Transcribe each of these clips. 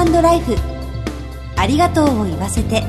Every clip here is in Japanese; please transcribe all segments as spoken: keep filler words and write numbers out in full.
ト&ライフ、ありがとうを言わせて。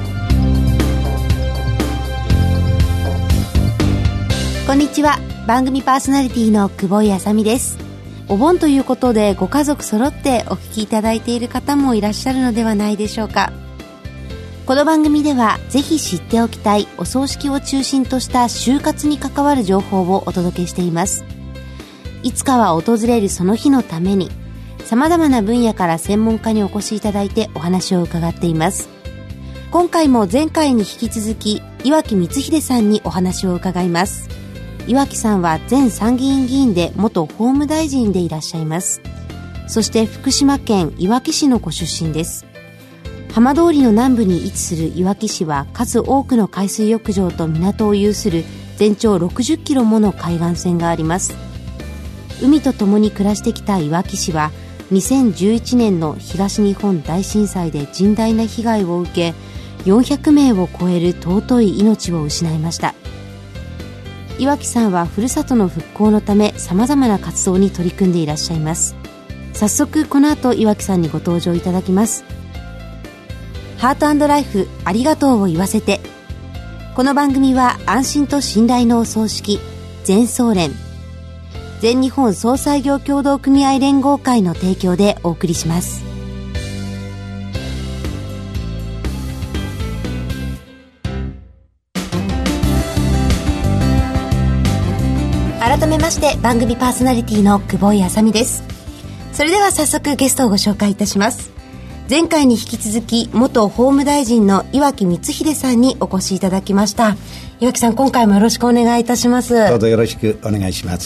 こんにちは、番組パーソナリティの久保井あさみです。お盆ということでご家族揃ってお聞きいただいている方もいらっしゃるのではないでしょうか。この番組ではぜひ知っておきたいお葬式を中心とした終活に関わる情報をお届けしています。いつかは訪れるその日のために様々な分野から専門家にお越しいただいてお話を伺っています。今回も前回に引き続き岩木光秀さんにお話を伺います。岩木さんは前参議院議員で元法務大臣でいらっしゃいます。そして福島県いわき市のご出身です。浜通りの南部に位置するいわき市は数多くの海水浴場と港を有する全長ろくじゅっキロもの海岸線があります。海と共に暮らしてきたいわき市はにせんじゅういちねんの東日本大震災で甚大な被害を受け、よんひゃくめいを超える尊い命を失いました。岩木さんはふるさとの復興のため様々な活動に取り組んでいらっしゃいます。早速この後岩木さんにご登場いただきます。ハート&ライフ、ありがとうを言わせて。この番組は安心と信頼のお葬式全総連、全日本葬祭業協同組合連合会の提供でお送りします。改めまして番組パーソナリティの久保井あさみです。それでは早速ゲストをご紹介いたします。前回に引き続き元法務大臣の岩木光秀さんにお越しいただきました。岩木さん、今回もよろしくお願いいたします。 どうぞよろしくお願いします。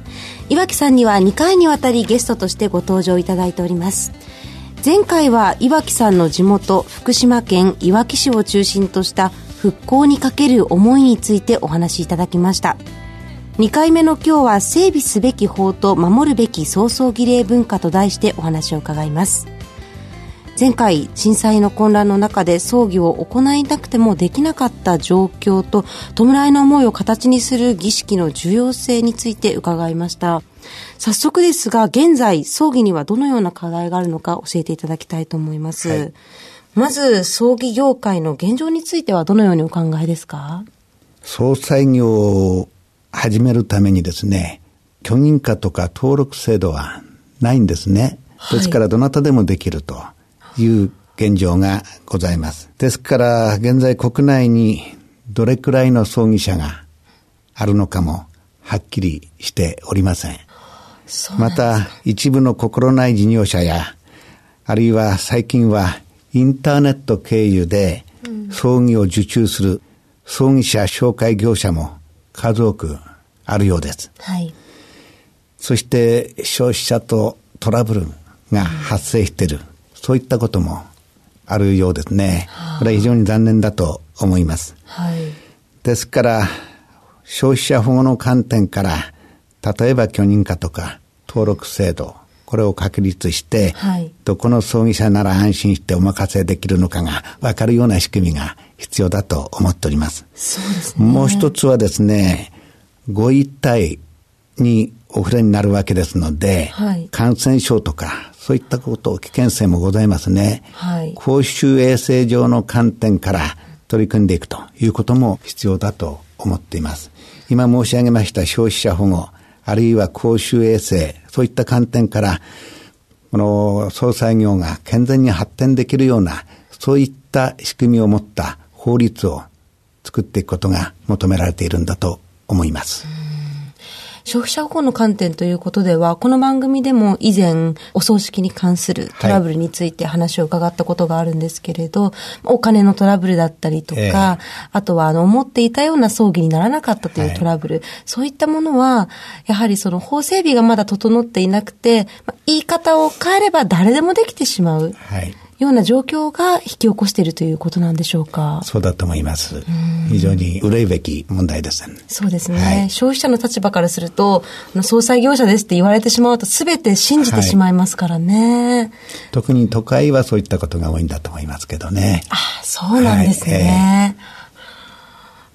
岩木さんにはにかいにわたりゲストとしてご登場いただいております。前回は岩木さんの地元福島県いわき市を中心とした復興にかける思いについてお話しいただきました。にかいめの今日は整備すべき法と守るべき葬送儀礼文化と題してお話を伺います。前回震災の混乱の中で葬儀を行いなくてもできなかった状況と弔いの思いを形にする儀式の重要性について伺いました。早速ですが現在葬儀にはどのような課題があるのか教えていただきたいと思います、はい、まず葬儀業界の現状についてはどのようにお考えですか？ 葬祭業を始めるためにですね、許認可とか登録制度はないんですね、はい、ですからどなたでもできるという現状がございます。ですから現在国内にどれくらいの葬儀社があるのかもはっきりしておりません。また一部の心ない事業者やあるいは最近はインターネット経由で葬儀を受注する葬儀社紹介業者も数多くあるようです、はい、そして消費者とトラブルが発生している、うん、そういったこともあるようですね。これは非常に残念だと思います、はい、ですから消費者保護の観点から例えば許認可とか登録制度、これを確立して、はい、どこの葬儀社なら安心してお任せできるのかが分かるような仕組みが必要だと思っております。 そうですね。 もう一つはですね、ご遺体にお触れになるわけですので、はい、感染症とかそういったこと危険性もございますね、はい、公衆衛生上の観点から取り組んでいくということも必要だと思っています。今申し上げました消費者保護、あるいは公衆衛生、そういった観点からこの葬祭業が健全に発展できるようなそういった仕組みを持った法律を作っていくことが求められているんだと思います。 消費者保護の観点ということでは、この番組でも以前お葬式に関するトラブルについて話を伺ったことがあるんですけれど、はい、お金のトラブルだったりとか、えー、あとはあの思っていたような葬儀にならなかったというトラブル、はい、そういったものはやはりその法整備がまだ整っていなくて、言い方を変えれば誰でもできてしまう、はい、ような状況が引き起こしているということなんでしょうか？ そうだと思います。非常に憂いべき問題ですね。 そうですね、はい、消費者の立場からすると葬祭業者ですって言われてしまうと全て信じてしまいますからね、はい、 特に都会はそういったことが多いんだと思いますけどね。 あ、そうなんですね、はい、え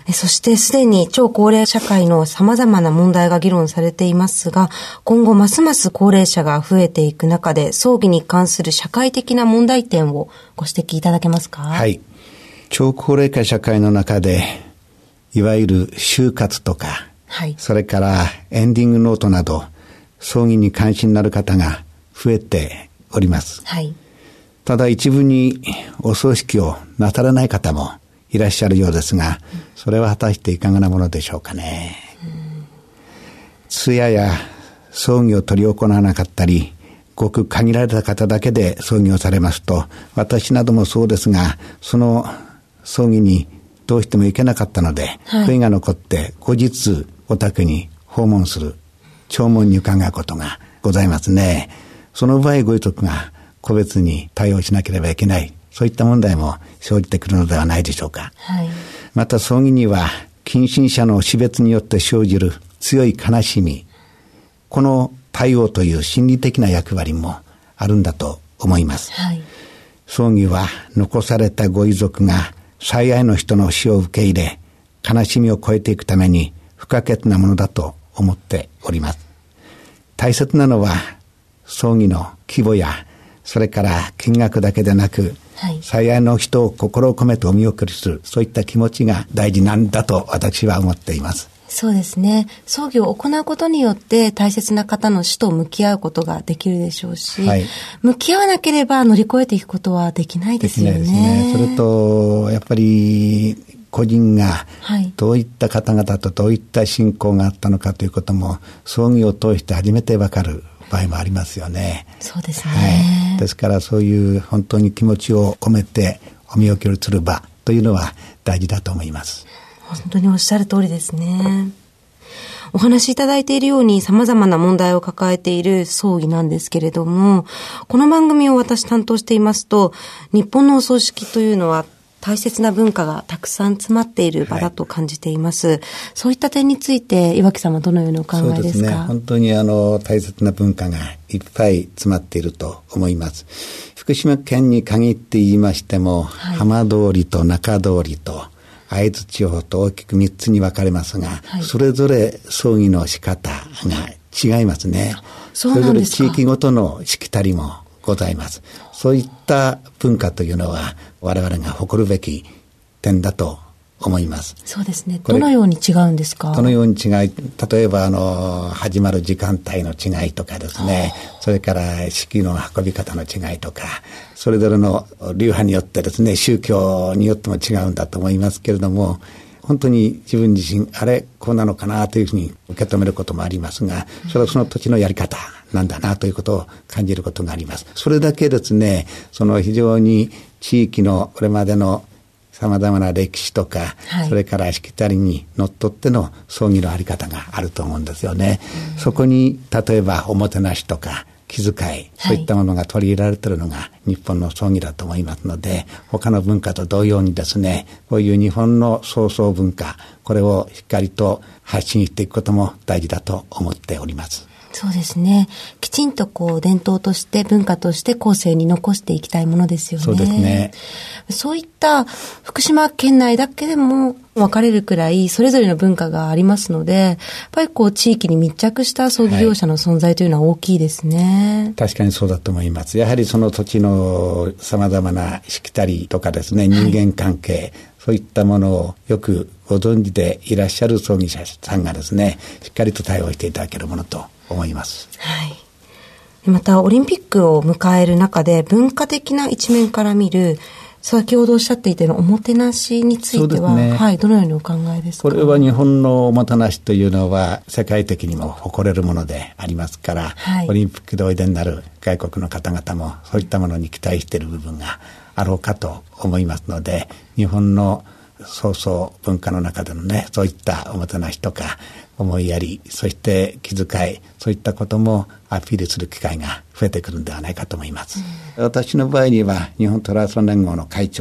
そしてすでに超高齢社会の様々な問題が議論されていますが、今後ますます高齢者が増えていく中で、葬儀に関する社会的な問題点をご指摘いただけますか？ はい。超高齢化社会の中で、いわゆる就活とか、はい、それからエンディングノートなど、葬儀に関心のある方が増えております。はい。ただ一部にお葬式をなさらない方もいらっしゃるようですが、それは果たしていかがなものでしょうかね。通夜や葬儀を執り行わなかったり、ごく限られた方だけで葬儀をされますと、私などもそうですが、その葬儀にどうしても行けなかったので、はい、悔いが残って後日お宅に訪問する、弔問に伺うことがございますね。その場合ご遺族が個別に対応しなければいけない、そういった問題も生じてくるのではないでしょうか。はい、また葬儀には近親者の死別によって生じる強い悲しみ、この対応という心理的な役割もあるんだと思います。はい、葬儀は残されたご遺族が最愛の人の死を受け入れ、悲しみを超えていくために不可欠なものだと思っております。大切なのは葬儀の規模やそれから金額だけでなく、はい、最愛の人を心を込めてお見送りする、そういった気持ちが大事なんだと私は思っています。 そうですね。葬儀を行うことによって大切な方の死と向き合うことができるでしょうし、はい、向き合わなければ乗り越えていくことはできないですよね。できないですね。 それとやっぱり個人がどういった方々とどういった信仰があったのかということも葬儀を通して初めてわかる場合もありますよね。 そうですね。 はい、ですからそういう本当に気持ちを込めてお見送りする場というのは大事だと思います。 本当におっしゃる通りですね。お話しいただいているように様々な問題を抱えている葬儀なんですけれども、この番組を私担当していますと、日本のお葬式というのは大切な文化がたくさん詰まっている場だと感じています。はい、そういった点について岩木さんはどのようにお考えですか？ そうですね。本当にあの大切な文化がいっぱい詰まっていると思います。福島県に限って言いましても、はい、浜通りと中通りと会津地方と大きくみっつに分かれますが、はい、それぞれ葬儀の仕方が違いますね。 そうなんですか。 それぞれ地域ごとのしきたりもございます。そういった文化というのは我々が誇るべき点だと思います。 そうですね。どのように違うんですか？ どのように違い、例えばあの始まる時間帯の違いとかですね、それから式の運び方の違いとか、それぞれの流派によってですね、宗教によっても違うんだと思いますけれども、本当に自分自身あれこうなのかなというふうに受け止めることもありますが、それはその土地のやり方なんだなということを感じることがあります。それだけですね、その非常に地域のこれまでの様々な歴史とか、はい、それからしきたりにのっとっての葬儀のあり方があると思うんですよね。そこに例えばおもてなしとか気遣い、そういったものが取り入れられているのが日本の葬儀だと思いますので、他の文化と同様にですね、こういう日本の葬送文化、これをしっかりと発信していくことも大事だと思っております。 そうですね。きちんとこう伝統として文化として後世に残していきたいものですよね。 そうですね。 そういった福島県内だけでも分かれるくらいそれぞれの文化がありますので、やっぱりこう地域に密着した葬儀業者の存在というのは大きいですね。 はい、確かにそうだと思います。やはりその土地の様々なしきたりとかですね、人間関係、はい、そういったものをよくご存知でいらっしゃる葬儀者さんがですね、しっかりと対応していただけるものと思います。 はい。またオリンピックを迎える中で文化的な一面から見る先ほどおっしゃっていたようなおもてなしについては、ね、はい、どのようにお考えですか？ これは日本のおもてなしというのは世界的にも誇れるものでありますから、はい、オリンピックでおいでになる外国の方々もそういったものに期待している部分があろうかと思いますので、日本の葬送文化の中でのね、そういったおもてなしとか思いやり、そして気遣い、そういったこともアピールする機会が増えてくるんではないかと思います。うん、私の場合には日本トライアスロン連合の会長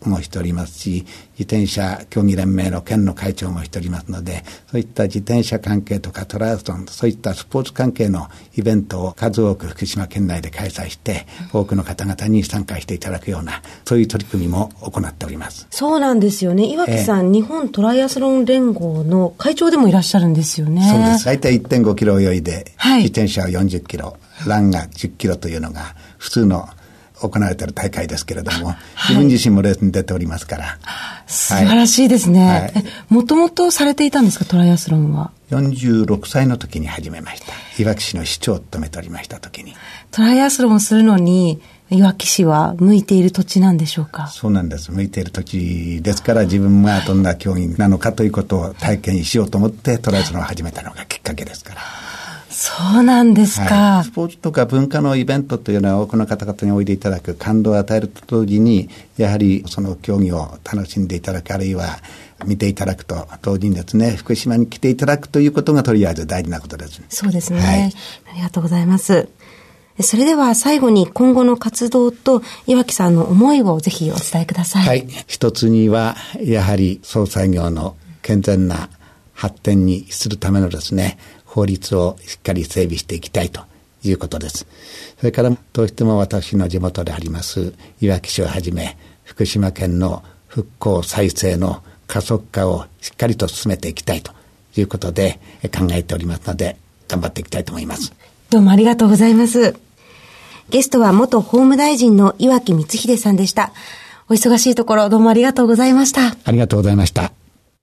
もしておりますし、自転車競技連盟の県の会長もしておりますので、そういった自転車関係とかトライアスロン、そういったスポーツ関係のイベントを数多く福島県内で開催して、多くの方々に参加していただくような、そういう取り組みも行っております。 そうなんですよね。岩木さん、えー、日本トライアスロン連合の会長でもいらっしゃるんですよね。 そうです。大体 いってんごキロ泳いで、はい、自転車はよんじゅっキロ、ランがじゅっキロというのが普通の行われている大会ですけれども、はい、自分自身もレースに出ておりますから。 素晴らしいですね。はい、もともとされていたんですか、トライアスロンは。 よんじゅうろくさいの時に始めました。いわき市の市長を務めておりました時に。 トライアスロンをするのにいわき市は向いている土地なんでしょうか。 そうなんです。向いている土地ですから、自分がどんな競技なのかということを体験しようと思ってトライアスロンを始めたのがきっかけですから。 そうなんですか、 はい、スポーツとか文化のイベントというのは多くの方々においでいただく、感動を与えると同時に、やはりその競技を楽しんでいただく、あるいは見ていただくと同時にですね、福島に来ていただくということがとりあえず大事なことです。 そうですね、はい、ありがとうございます。それでは最後に今後の活動と岩木さんの思いをぜひお伝えください。 はい、一つにはやはり総裁業の健全な発展にするためのですね、法律をしっかり整備していきたいということです。それからどうしても私の地元でありますいわき市をはじめ福島県の復興再生の加速化をしっかりと進めていきたいということで考えておりますので、頑張っていきたいと思います。 どうもありがとうございます。ゲストは元法務大臣の岩木光秀さんでした。お忙しいところどうもありがとうございました。 ありがとうございました。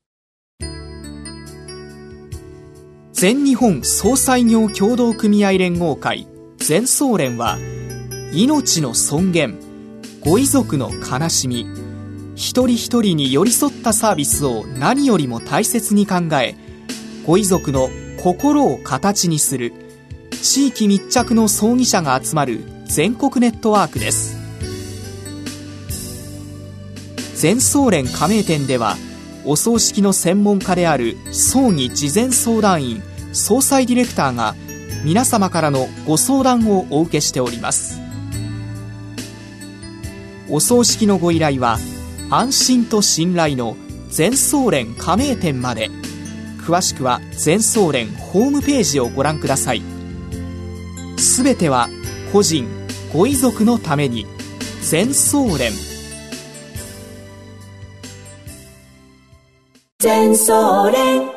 全日本総裁業協同組合連合会全総連は、命の尊厳、ご遺族の悲しみ、一人一人に寄り添ったサービスを何よりも大切に考え、ご遺族の心を形にする地域密着の葬儀社が集まる全国ネットワークです。全総連加盟店では、お葬式の専門家である葬儀事前相談員、総裁ディレクターが皆様からのご相談をお受けしております。お葬式のご依頼は安心と信頼の全総連加盟店まで。詳しくは全総連ホームページをご覧ください。すべては個人ご遺族のために。全総連。 全総連。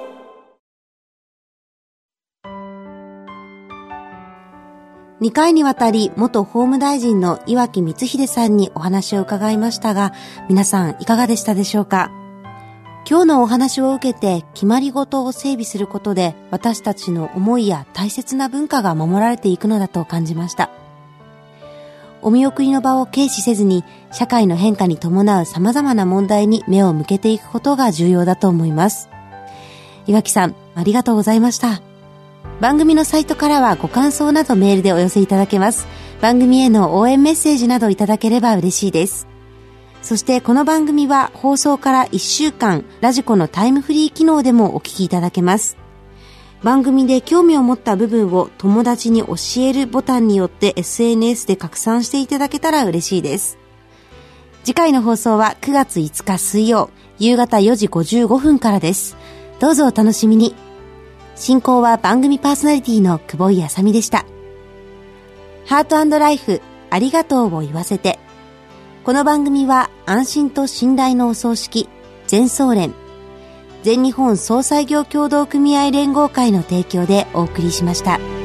にかいにわたり元法務大臣の岩木光秀さんにお話を伺いましたが、皆さんいかがでしたでしょうか。今日のお話を受けて決まり事を整備することで、私たちの思いや大切な文化が守られていくのだと感じました。お見送りの場を軽視せずに、社会の変化に伴う様々な問題に目を向けていくことが重要だと思います。岩木さん、ありがとうございました。番組のサイトからはご感想などメールでお寄せいただけます。番組への応援メッセージなどいただければ嬉しいです。そしてこの番組は放送からいっしゅうかん、ラジコのタイムフリー機能でもお聞きいただけます。番組で興味を持った部分を友達に教えるボタンによって エスエヌエス で拡散していただけたら嬉しいです。次回の放送はくがついつか水曜、夕方よじごじゅうごふんからです。どうぞお楽しみに。進行は番組パーソナリティの久保井あさみでした。ハート&ライフ、ありがとうを言わせて。この番組は安心と信頼のお葬式、全総連、全日本総裁業協同組合連合会の提供でお送りしました。